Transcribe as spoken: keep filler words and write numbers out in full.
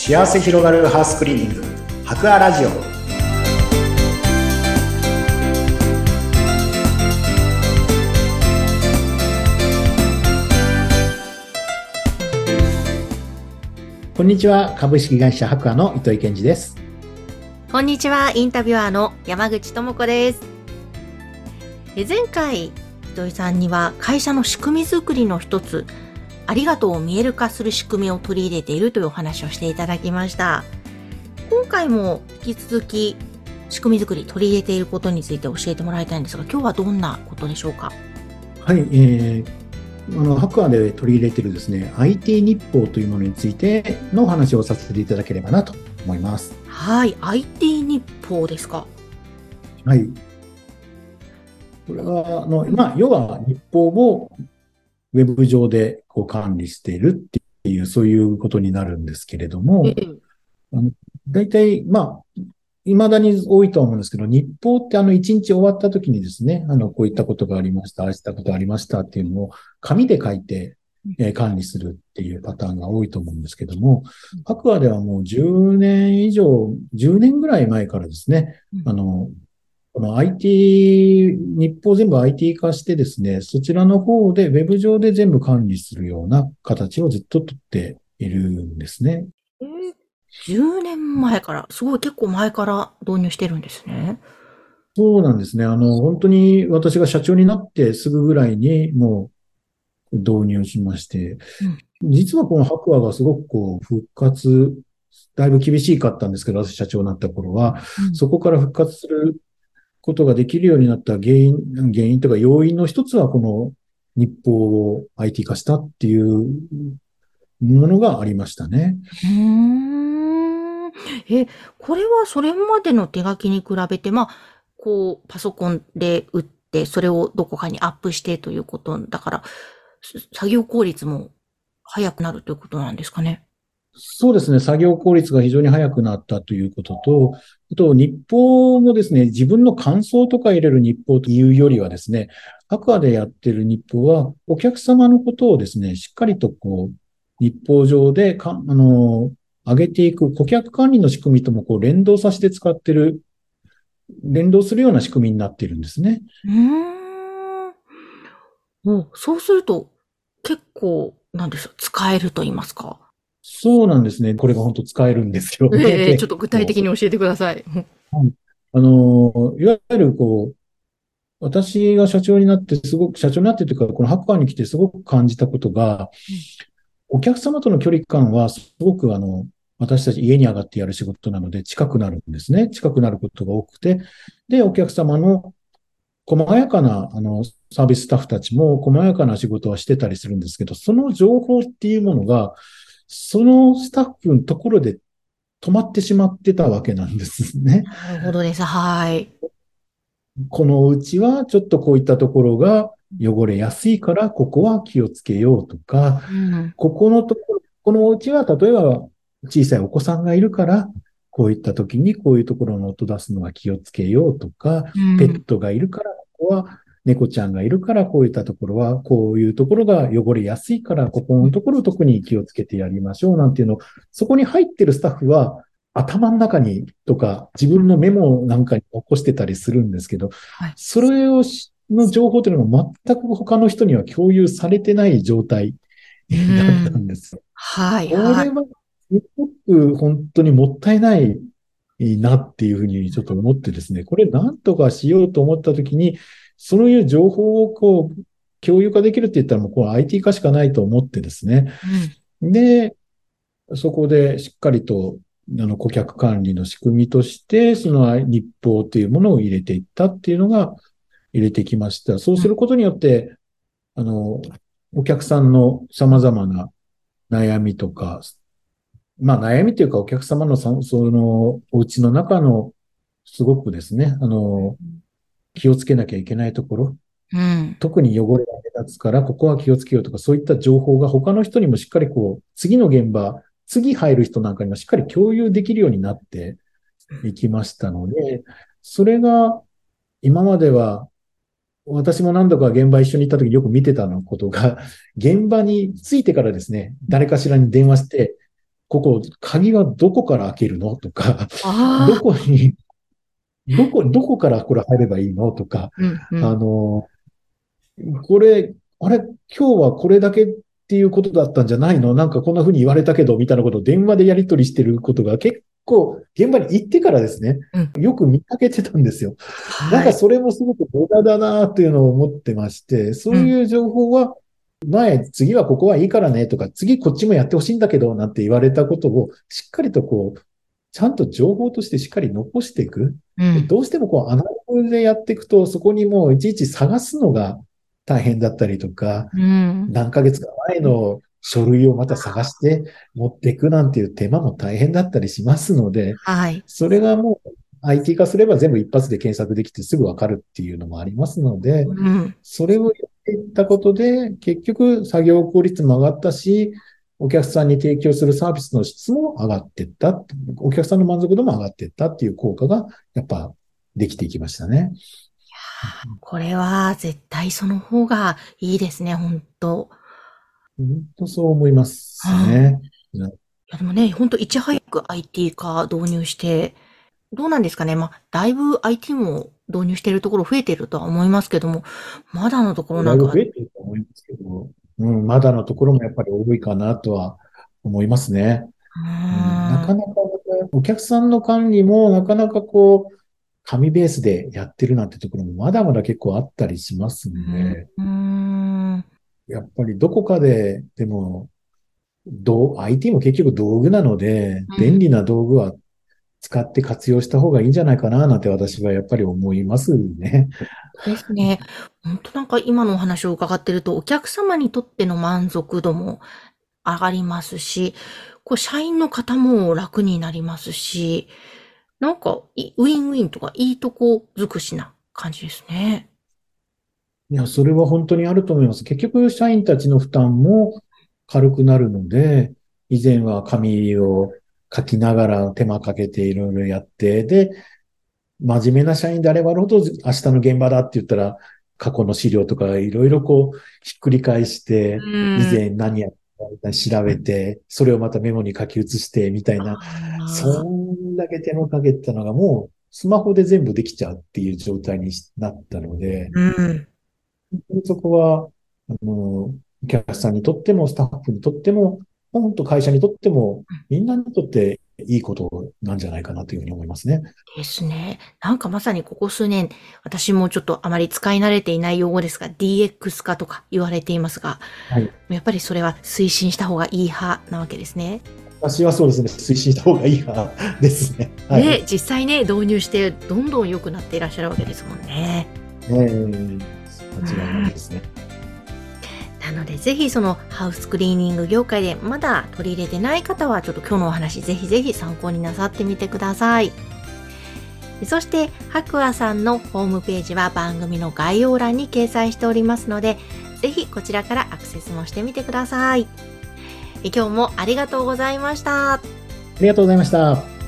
幸せ広がるハウスクリーニング博アラジオ。こんにちは、株式会社博アの糸井健二です。 こんにちは、インタビュアーの山口智子です。え前回糸井さんには会社の仕組み作りの一つ、ありがとうを見える化する仕組みを取り入れているというお話をしていただきました。今回も引き続き仕組み作り取り入れていることについて教えてもらいたいんですが、今日はどんなことでしょうか？ はい、えー、あの博アで取り入れているですね アイティー 日報というものについてのお話をさせていただければなと思います。 はい、アイティー 日報ですか？ はい。これはあの、まあ、要は日報をウェブ上でこう管理しているっていう、そういうことになるんですけれども、 ええ、 あの大体、まあ、未だに多いと思うんですけど、日報ってあの一日終わった時にですね、あの、こういったことがありました、ああしたことがありましたっていうのを紙で書いて、えー管理するっていうパターンが多いと思うんですけども、博アではもうじゅうねん以上、じゅうねんぐらい前からですね、あの、この アイティー、日報全部 アイティー 化してですね、そちらの方でウェブ上で全部管理するような形をずっと取っているんですね。 ええ、じゅうねんまえから、すごい結構前から導入してるんですね。 そうなんですね。あの、本当に私が社長になってすぐぐらいにもう導入しまして、 うん、 実はこの白亜がすごくこう復活、だいぶ厳しかったんですけど、私社長になった頃は、 うん、 そこから復活することができるようになった原因、原因というか要因の一つはこの日報を アイティー 化したっていうものがありましたね。 うーん。え、これはそれまでの手書きに比べて、まあ、こう、パソコンで打って、それをどこかにアップしてということだから、す作業効率も早くなるということなんですかね。 そうですね。作業効率が非常に早くなったということと、あと日報もですね、自分の感想とか入れる日報というよりはですね、博アでやってる日報は、お客様のことをですね、しっかりとこう、日報上でか、あの、上げていく顧客管理の仕組みともこう連動させて使ってる、連動するような仕組みになっているんですね。 うーん。お、そうすると、結構、なんでしょう、使えると言いますか。 そうなんですね。これが本当使えるんですよね、 ええ、ちょっ結と具体構。 的に教えてください。 はい。あの、いわゆるこう、私が社長になってすごく、社長になってというか、このハッカーに来てすごく感じたことが、 うん、 お客様との距離感はすごくあの、私たち家に上がってやる仕事なので近くなるんですね。近くなることが多くて。で、お客様の細やかな、あの、サービススタッフたちも細やかな仕事はしてたりするんですけど、その情報っていうものが、そのスタッフのところで止まってしまってたわけなんですね。 なるほどです。はい。 このうちはちょっとこういったところが汚れやすいから、ここは気をつけようとか、 うん。 ここのところ、このお家は例えば小さいお子さんがいるから、こういった時にこういうところの音出すのは気をつけようとか、 うん。 ペットがいるから、ここは猫ちゃんがいるから、こういったところは、こういうところが汚れやすいから、ここのところ特に気をつけてやりましょうなんていうのを、そこに入ってるスタッフは、頭の中にとか、自分のメモなんかに起こしてたりするんですけど、 はい。 それをしの情報というのが全く他の人には共有されてない状態うだったん。 んですよ。 はい、はい。 これはすごく本当にもったいないなっていうふうにちょっと思ってですね、これ何とかしようと思ったときに、そういう情報をこう共有化できるって言ったらもうこう アイティー 化しかないと思ってですね。 うん。 で、そこでしっかりとあの顧客管理の仕組みとして、その日報というものを入れていったっていうのが入れてきました。そううん。 することによって、あの、お客さんの様々な悩みとか、まあ悩みというかお客様のそそのお家の中のすごくですね、あの、気をつけなきゃいけないところ、 うん。 特に汚れが目立つから、ここは気をつけようとか、そういった情報が他の人にもしっかりこう、次の現場、次入る人なんかにもしっかり共有できるようになっていきましたので、それが今までは、私も何度か現場一緒に行った時によく見てたのことが、現場に着いてからですね、誰かしらに電話して、 ここ、鍵はどこから開けるのとか、どああ、 こに、どこ、どこからこれ入ればいいのとか、 うんうあん。 の、これ、あれ、今日はこれだけっていうことだったんじゃないのなんかこんな風に言われたけど、みたいなことを電話でやり取りしてることが結構、現場に行ってからですね、 うん。 よく見かけてたんですよ。なんはい。 かそれもすごく無駄だなというのを思ってまして、 うん。 そういう情報は、前、次はここはいいからねとか、次こっちもやってほしいんだけど、なんて言われたことを、しっかりとこう、ちゃんと情報としてしっかり残していく。でうん。 どうしてもこう、アナログでやっていくと、そこにもういちいち探すのが大変だったりとか、 うん。 何ヶ月か前の書類をまた探して持っていくなんていう手間も大変だったりしますので、 はい。 それがもう アイティー 化すれば全部一発で検索できてすぐわかるっていうのもありますので、 うん。 それをやっていったことで、結局作業効率も上がったし、お客さんに提供するサービスの質も上がっていった、お客さんの満足度も上がっていったっていう効果がやっぱできていきましたね。 これは絶対その方がいいですね、本当。 本当そう思いますうん。 ね。 いやでもね、本当いち早く アイティー 化導入して、どうなんですかね。まあ、だいぶ アイティー も導入しているところ増えているとは思いますけども、まだのところだいぶなんか、 増えてると思いますけど、うん、まだのところもやっぱり多いかなとは思いますね。 うーうん、なかん、 なか、お客さんの管理もなかなかこう、紙ベースでやってるなんてところもまだまだ結構あったりしますんで、 うーん、うやっぱりどこかで、でも、どう、アイティー も結局道具なので、便ん。 利な道具は使って活用した方がいいんじゃないかななんて私はやっぱり思いますね。 ですね。本当なんか今のお話を伺ってると、お客様にとっての満足度も上がりますし、こう、社員の方も楽になりますし、なんか、いウィンウィンとかいいとこ尽くしな感じですね。 いや、それは本当にあると思います。結局、社員たちの負担も軽くなるので、以前は紙を書きながら手間かけていろいろやって、で、真面目な社員であればあるほど、明日の現場だって言ったら、過去の資料とかいろいろこう、ひっくり返しうて、以ーん。 前何やったか調べて、それをまたメモに書き写してみたいな、そああ、 んだけ手間かけてたのがもう、スマホで全部できちゃうっていう状態になったので、 うん。 本当にそこは、あの、お客さんにとっても、スタッフにとっても、本当会社にとっても、みんなにとっていいことなんじゃないかなというふうに思いますね。 ですね。なんかまさにここ数年、私もちょっとあまり使い慣れていない用語ですが、ディーエックス 化とか言われていますが、 はい。 やっぱりそれは推進した方がいい派なわけですね。 私はそうですね、推進した方がいい派ですね。はい。 で、実際ね、導入してどんどん良くなっていらっしゃるわけですもんね。 えー、間違いないうん。 ですね。 なので、ぜひそのハウスクリーニング業界でまだ取り入れてない方は、ちょっと今日のお話ぜひぜひ参考になさってみてください。そして、白亜さんのホームページは番組の概要欄に掲載しておりますので、ぜひこちらからアクセスもしてみてください。今日もありがとうございました。 ありがとうございました。